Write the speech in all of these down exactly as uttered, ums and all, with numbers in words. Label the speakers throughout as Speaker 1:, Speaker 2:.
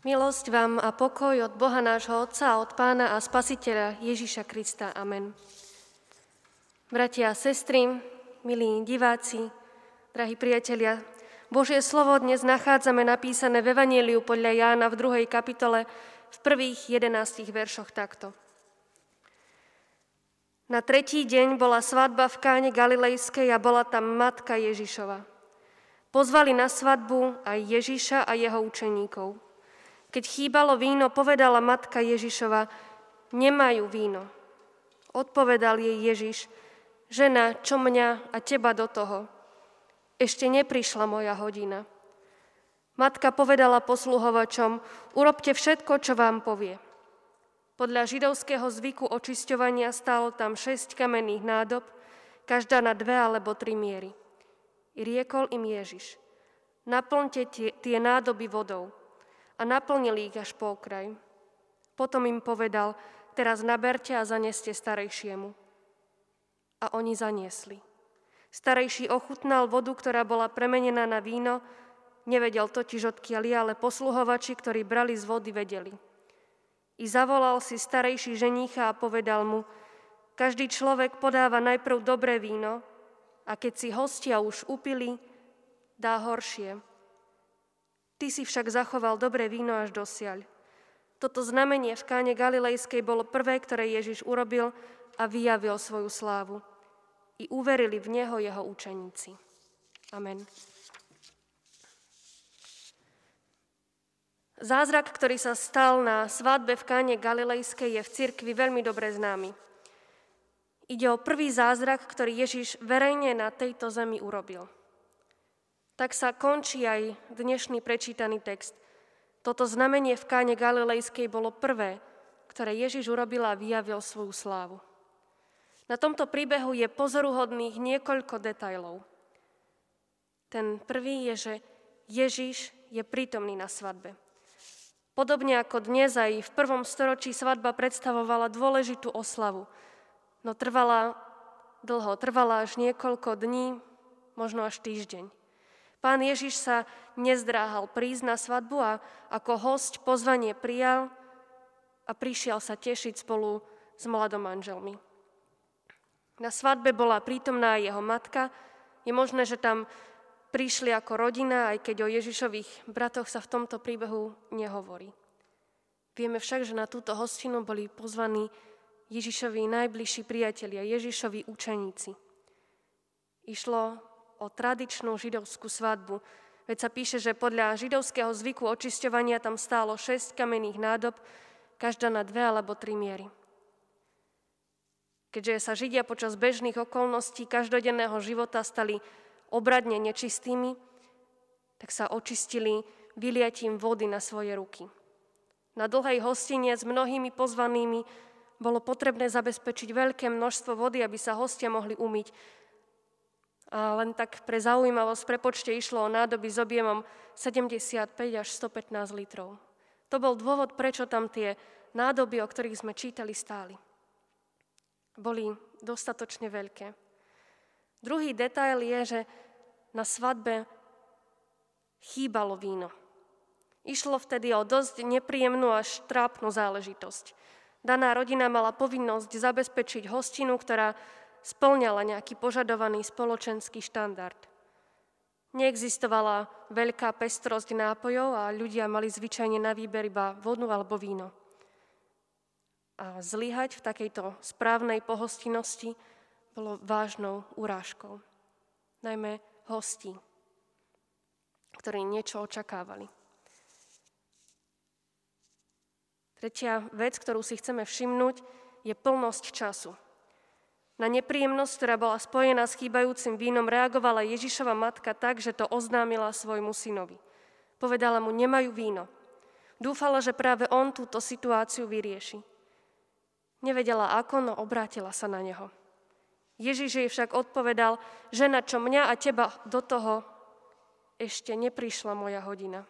Speaker 1: Milosť vám a pokoj od Boha nášho Otca a od Pána a Spasiteľa Ježiša Krista. Amen. Bratia a sestry, milí diváci, drahí priatelia, Božie slovo dnes nachádzame napísané v Evanjeliu podľa Jána v druhej kapitole v prvých jedenástich veršoch takto. Na tretí deň bola svadba v Káne Galilejskej a bola tam matka Ježišova. Pozvali na svadbu aj Ježiša a jeho učeníkov. Keď chýbalo víno, povedala matka Ježišova, nemajú víno. Odpovedal jej Ježiš, žena, čo mňa a teba do toho? Ešte neprišla moja hodina. Matka povedala posluhovačom, urobte všetko, čo vám povie. Podľa židovského zvyku očisťovania stálo tam šesť kamenných nádob, každá na dve alebo tri miery. I riekol im Ježiš, naplňte tie, tie nádoby vodou. A naplnili ich až po okraj. Potom im povedal, teraz naberte a zaneste starejšiemu. A oni zaniesli. Starejší ochutnal vodu, ktorá bola premenená na víno, nevedel totiž odkiaľ je, ale posluhovači, ktorí brali z vody, vedeli. I zavolal si starejší ženícha a povedal mu, každý človek podáva najprv dobré víno a keď si hostia už upili, dá horšie. Ty si však zachoval dobré víno až dosiaľ. Toto znamenie v Káne Galilejskej bolo prvé, ktoré Ježiš urobil a vyjavil svoju slávu. I uverili v neho jeho učeníci. Amen. Zázrak, ktorý sa stal na svadbe v Káne Galilejskej, je v cirkvi veľmi dobre známy. Ide o prvý zázrak, ktorý Ježiš verejne na tejto zemi urobil. Tak sa končí aj dnešný prečítaný text. Toto znamenie v Káne Galilejskej bolo prvé, ktoré Ježiš urobil a vyjavil svoju slávu. Na tomto príbehu je pozoruhodných niekoľko detailov. Ten prvý je, že Ježiš je prítomný na svadbe. Podobne ako dnes aj v prvom storočí svadba predstavovala dôležitú oslavu, no trvala dlho, trvala až niekoľko dní, možno až týždeň. Pán Ježiš sa nezdráhal prísť na svadbu a ako hosť pozvanie prijal a prišiel sa tešiť spolu s mladom manželmi. Na svadbe bola prítomná jeho matka. Je možné, že tam prišli ako rodina, aj keď o Ježišových bratoch sa v tomto príbehu nehovorí. Vieme však, že na túto hostinu boli pozvaní Ježišovi najbližší priatelia, Ježišovi učeníci. Išlo o tradičnú židovskú svadbu. Veď sa píše, že podľa židovského zvyku očisťovania tam stálo šesť kamenných nádob, každá na dve alebo tri miery. Keďže sa Židia počas bežných okolností každodenného života stali obradne nečistými, tak sa očistili vyliatím vody na svoje ruky. Na dlhej hostine s mnohými pozvanými bolo potrebné zabezpečiť veľké množstvo vody, aby sa hostia mohli umyť. A len tak pre zaujímavosť, pre počte išlo o nádoby s objemom sedemdesiatpäť až stopätnásť litrov. To bol dôvod, prečo tam tie nádoby, o ktorých sme čítali, stáli. Boli dostatočne veľké. Druhý detail je, že na svadbe chýbalo víno. Išlo vtedy o dosť nepríjemnú až trápnu záležitosť. Daná rodina mala povinnosť zabezpečiť hostinu, ktorá spĺňala nejaký požadovaný spoločenský štandard. Neexistovala veľká pestrosť nápojov a ľudia mali zvyčajne na výber iba vodu alebo víno. A zlyhať v takejto správnej pohostinnosti bolo vážnou urážkou. Najmä hostí, ktorí niečo očakávali. Tretia vec, ktorú si chceme všimnúť, je plnosť času. Na nepríjemnosť, ktorá bola spojená s chýbajúcim vínom, reagovala Ježišova matka tak, že to oznámila svojmu synovi. Povedala mu, nemajú víno. Dúfala, že práve on túto situáciu vyrieši. Nevedela ako, no obrátila sa na neho. Ježiš jej však odpovedal, žena, čo mňa a teba do toho, ešte neprišla moja hodina.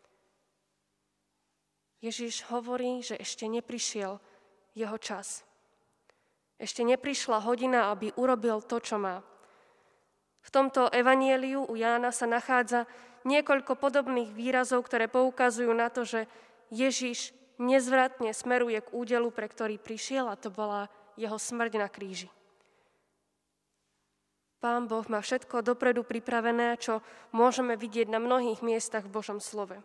Speaker 1: Ježiš hovorí, že ešte neprišiel jeho čas. Ešte neprišla hodina, aby urobil to, čo má. V tomto evanjeliu u Jána sa nachádza niekoľko podobných výrazov, ktoré poukazujú na to, že Ježiš nezvratne smeruje k údelu, pre ktorý prišiel, a to bola jeho smrť na kríži. Pán Boh má všetko dopredu pripravené, čo môžeme vidieť na mnohých miestach v Božom slove.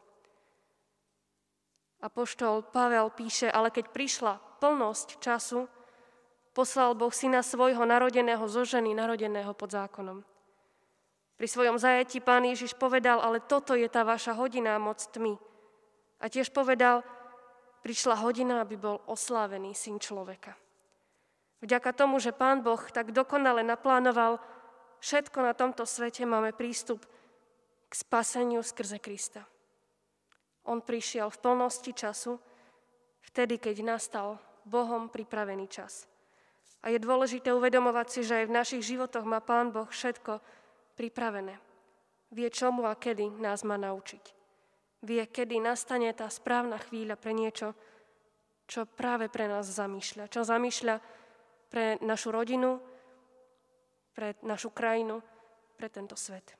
Speaker 1: Apoštol Pavel píše, ale keď prišla plnosť času, poslal Boh syna svojho narodeného zo ženy, narodeného pod zákonom. Pri svojom zajatí Pán Ježiš povedal, ale toto je tá vaša hodina a moc tmy. A tiež povedal, prišla hodina, aby bol oslávený syn človeka. Vďaka tomu, že Pán Boh tak dokonale naplánoval všetko na tomto svete, máme prístup k spaseniu skrze Krista. On prišiel v plnosti času, vtedy, keď nastal Bohom pripravený čas. A je dôležité uvedomovať si, že aj v našich životoch má Pán Boh všetko pripravené. Vie, čomu a kedy nás má naučiť. Vie, kedy nastane tá správna chvíľa pre niečo, čo práve pre nás zamýšľa. Čo zamýšľa pre našu rodinu, pre našu krajinu, pre tento svet.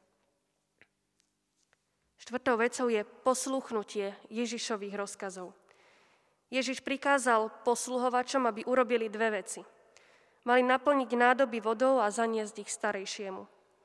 Speaker 1: Štvrtou vecou je posluchnutie Ježišových rozkazov. Ježiš prikázal posluhovačom, aby urobili dve veci. Mali naplniť nádoby vodou a zaniesť ich starejšiemu.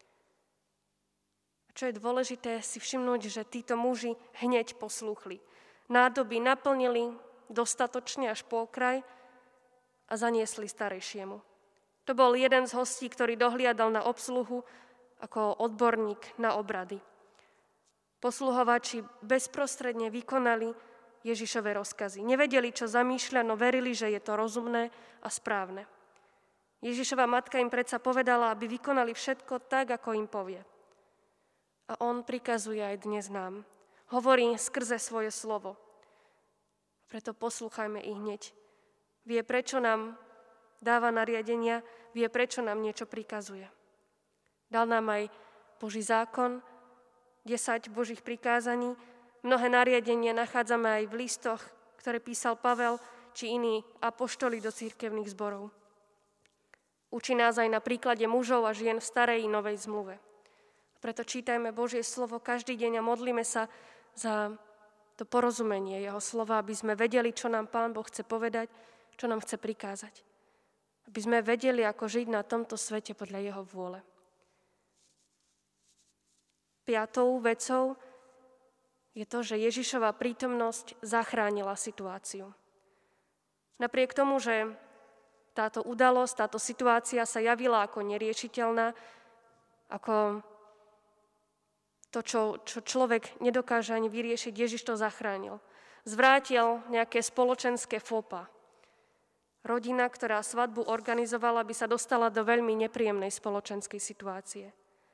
Speaker 1: A čo je dôležité si všimnúť, že títo muži hneď poslúchli. Nádoby naplnili dostatočne až po okraj a zaniesli starejšiemu. To bol jeden z hostí, ktorý dohliadal na obsluhu ako odborník na obrady. Posluhovači bezprostredne vykonali Ježišove rozkazy. Nevedeli, čo zamýšľa, no verili, že je to rozumné a správne. Ježišova matka im predsa povedala, aby vykonali všetko tak, ako im povie. A on prikazuje aj dnes nám. Hovorí skrze svoje slovo. Preto poslúchajme ich hneď. Vie, prečo nám dáva nariadenia, vie, prečo nám niečo prikazuje. Dal nám aj Boží zákon, desať Božích prikázaní. Mnohé nariadenia nachádzame aj v listoch, ktoré písal Pavel či iní apoštoli do cirkevných zborov. Učí nás aj na príklade mužov a žien v starej i novej zmluve. Preto čítajme Božie slovo každý deň a modlíme sa za to porozumenie jeho slova, aby sme vedeli, čo nám Pán Boh chce povedať, čo nám chce prikázať. Aby sme vedeli, ako žiť na tomto svete podľa jeho vôle. Piatou vecou je to, že Ježišova prítomnosť zachránila situáciu. Napriek tomu, že táto udalosť, táto situácia sa javila ako neriešiteľná, ako to, čo, čo človek nedokáže ani vyriešiť, Ježiš to zachránil. Zvrátil nejaké spoločenské fópa. Rodina, ktorá svadbu organizovala, by sa dostala do veľmi nepríjemnej spoločenskej situácie.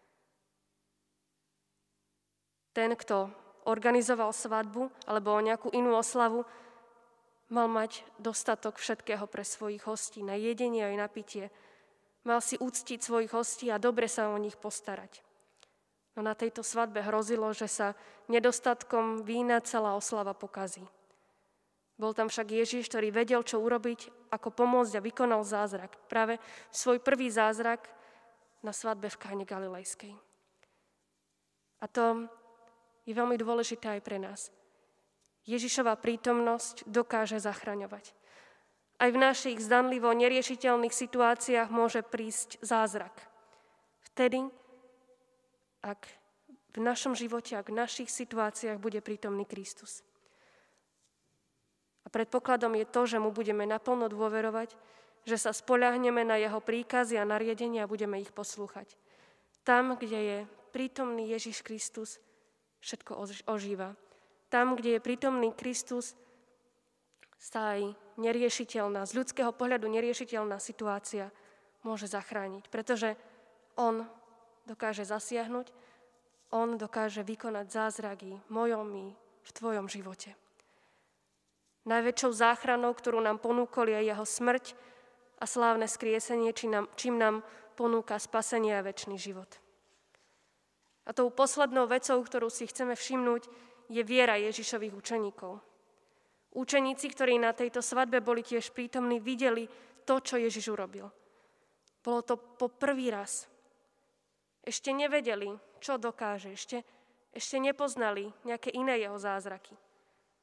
Speaker 1: Ten, kto organizoval svadbu alebo nejakú inú oslavu, mal mať dostatok všetkého pre svojich hostí, na jedenie aj na pitie. Mal si úctiť svojich hostí a dobre sa o nich postarať. No na tejto svadbe hrozilo, že sa nedostatkom vína celá oslava pokazí. Bol tam však Ježiš, ktorý vedel, čo urobiť, ako pomôcť a vykonal zázrak. Práve svoj prvý zázrak na svadbe v Káne Galilejskej. A to je veľmi dôležité aj pre nás. Ježišova prítomnosť dokáže zachraňovať. Aj v našich zdanlivo neriešiteľných situáciách môže prísť zázrak. Vtedy, ak v našom živote, ak v našich situáciách bude prítomný Kristus. A predpokladom je to, že mu budeme naplno dôverovať, že sa spoľahneme na jeho príkazy a nariadenia a budeme ich poslúchať. Tam, kde je prítomný Ježiš Kristus, všetko ožíva. Tam, kde je prítomný Kristus, sa aj neriešiteľná, z ľudského pohľadu neriešiteľná situácia môže zachrániť, pretože on dokáže zasiahnuť, on dokáže vykonať zázraky v mojom i v tvojom živote. Najväčšou záchranou, ktorú nám ponúkol, je jeho smrť a slávne skriesenie, čím nám, čím nám ponúka spasenie a večný život. A tou poslednou vecou, ktorú si chceme všimnúť, je viera Ježišových učeníkov. Učeníci, ktorí na tejto svadbe boli tiež prítomní, videli to, čo Ježiš urobil. Bolo to po prvý raz. Ešte nevedeli, čo dokáže, ešte, ešte nepoznali nejaké iné jeho zázraky.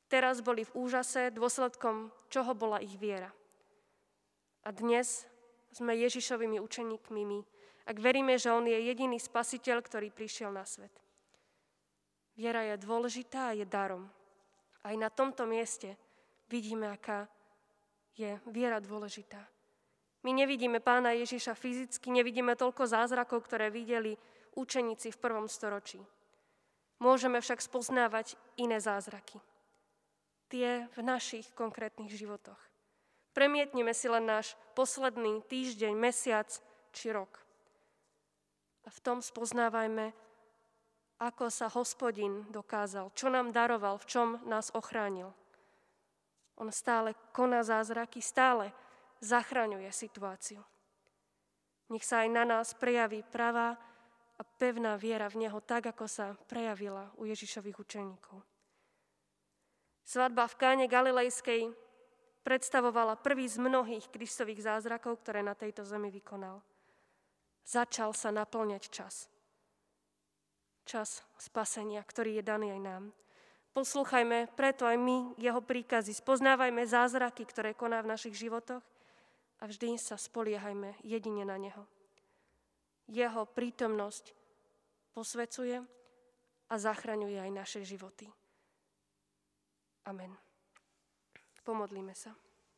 Speaker 1: Teraz boli v úžase, dôsledkom čoho bola ich viera. A dnes sme Ježišovými učeníkmi my, ak veríme, že on je jediný spasiteľ, ktorý prišiel na svet. Viera je dôležitá a je darom. Aj na tomto mieste vidíme, aká je viera dôležitá. My nevidíme Pána Ježiša fyzicky, nevidíme toľko zázrakov, ktoré videli učeníci v prvom storočí. Môžeme však spoznávať iné zázraky. Tie v našich konkrétnych životoch. Premietnime si len náš posledný týždeň, mesiac či rok. A v tom spoznávajme, ako sa Hospodin dokázal, čo nám daroval, v čom nás ochránil. On stále koná zázraky, stále zachraňuje situáciu. Nech sa aj na nás prejaví pravá a pevná viera v Neho, tak ako sa prejavila u Ježišových učeníkov. Svadba v Káne Galilejskej predstavovala prvý z mnohých Kristových zázrakov, ktoré na tejto zemi vykonal. Začal sa naplňať čas. Čas spasenia, ktorý je daný aj nám. Poslúchajme preto aj my jeho príkazy, spoznávajme zázraky, ktoré koná v našich životoch a vždy sa spoliehajme jedine na Neho. Jeho prítomnosť posvecuje a zachraňuje aj naše životy. Amen. Pomodlíme sa.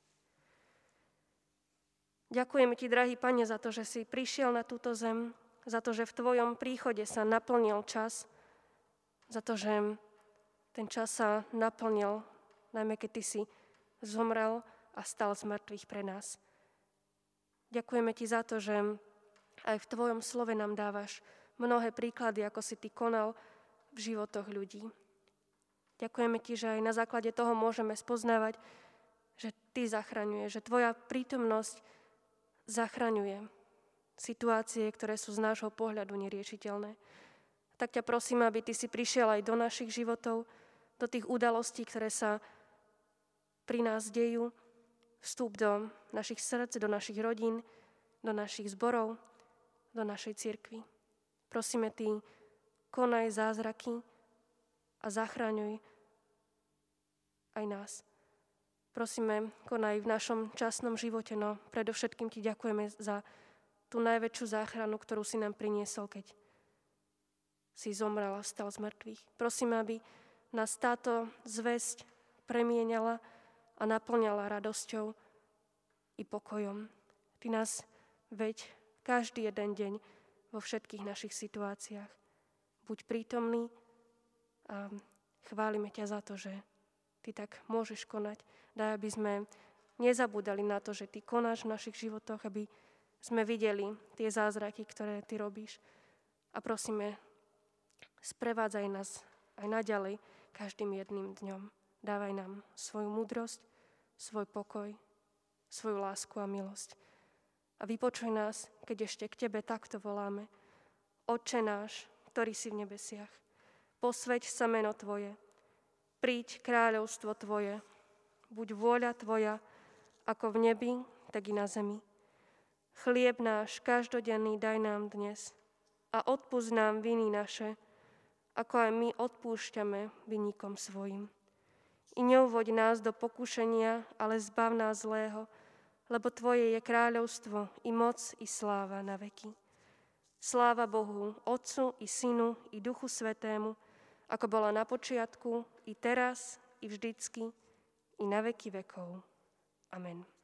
Speaker 1: Ďakujeme Ti, drahý Pane, za to, že si prišiel na túto zem, za to, že v Tvojom príchode sa naplnil čas, za to, že ten čas sa naplnil, najmä keď Ty si zomrel a stal z mŕtvych pre nás. Ďakujeme Ti za to, že aj v Tvojom slove nám dávaš mnohé príklady, ako si Ty konal v životoch ľudí. Ďakujeme Ti, že aj na základe toho môžeme spoznávať, že Ty zachraňuješ, že Tvoja prítomnosť zachraňuje situácie, ktoré sú z nášho pohľadu neriešiteľné. Tak ťa prosím, aby Ty si prišiel aj do našich životov, do tých udalostí, ktoré sa pri nás dejú, vstup do našich srdc, do našich rodín, do našich zborov, do našej cirkvi. Prosíme Ty, konaj zázraky a zachraňuj aj nás. Prosíme, konaj v našom časnom živote, no predovšetkým Ti ďakujeme za tú najväčšiu záchranu, ktorú si nám priniesol, keď si zomrel a vstal z mŕtvych. Prosíme, aby nás táto zvesť premieňala a naplňala radosťou i pokojom. Ty nás veď každý jeden deň vo všetkých našich situáciách. Buď prítomný a chválime ťa za to, že Ty tak môžeš konať. Daj, aby sme nezabúdali na to, že Ty konáš v našich životoch, aby sme videli tie zázraky, ktoré Ty robíš. A prosíme, sprevádzaj nás aj naďalej každým jedným dňom. Dávaj nám svoju múdrosť, svoj pokoj, svoju lásku a milosť. A vypočuj nás, keď ešte k Tebe takto voláme. Otče náš, ktorý si v nebesiach, posväť sa meno Tvoje, príď kráľovstvo Tvoje, buď vôľa Tvoja, ako v nebi, tak i na zemi. Chlieb náš každodenný daj nám dnes a odpusť nám viny naše, ako aj my odpúšťame vinníkom svojim. I neuvoď nás do pokušenia, ale zbav nás zlého, lebo Tvoje je kráľovstvo, i moc, i sláva na veky. Sláva Bohu, Otcu, i Synu, i Duchu Svätému, ako bola na počiatku, i teraz, i vždycky, i na veky vekov. Amen.